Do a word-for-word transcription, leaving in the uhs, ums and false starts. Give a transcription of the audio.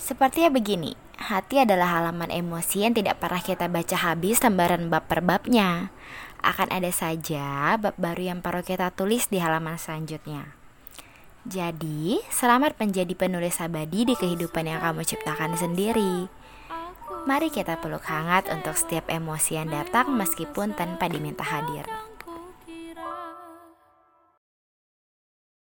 Sepertinya begini, hati adalah halaman emosi yang tidak pernah kita baca habis lembaran bab per babnya. Akan ada saja bab baru yang perlu kita tulis di halaman selanjutnya. Jadi, selamat menjadi penulis abadi di kehidupan yang kamu ciptakan sendiri. Mari kita peluk hangat untuk setiap emosi yang datang meskipun tanpa diminta hadir.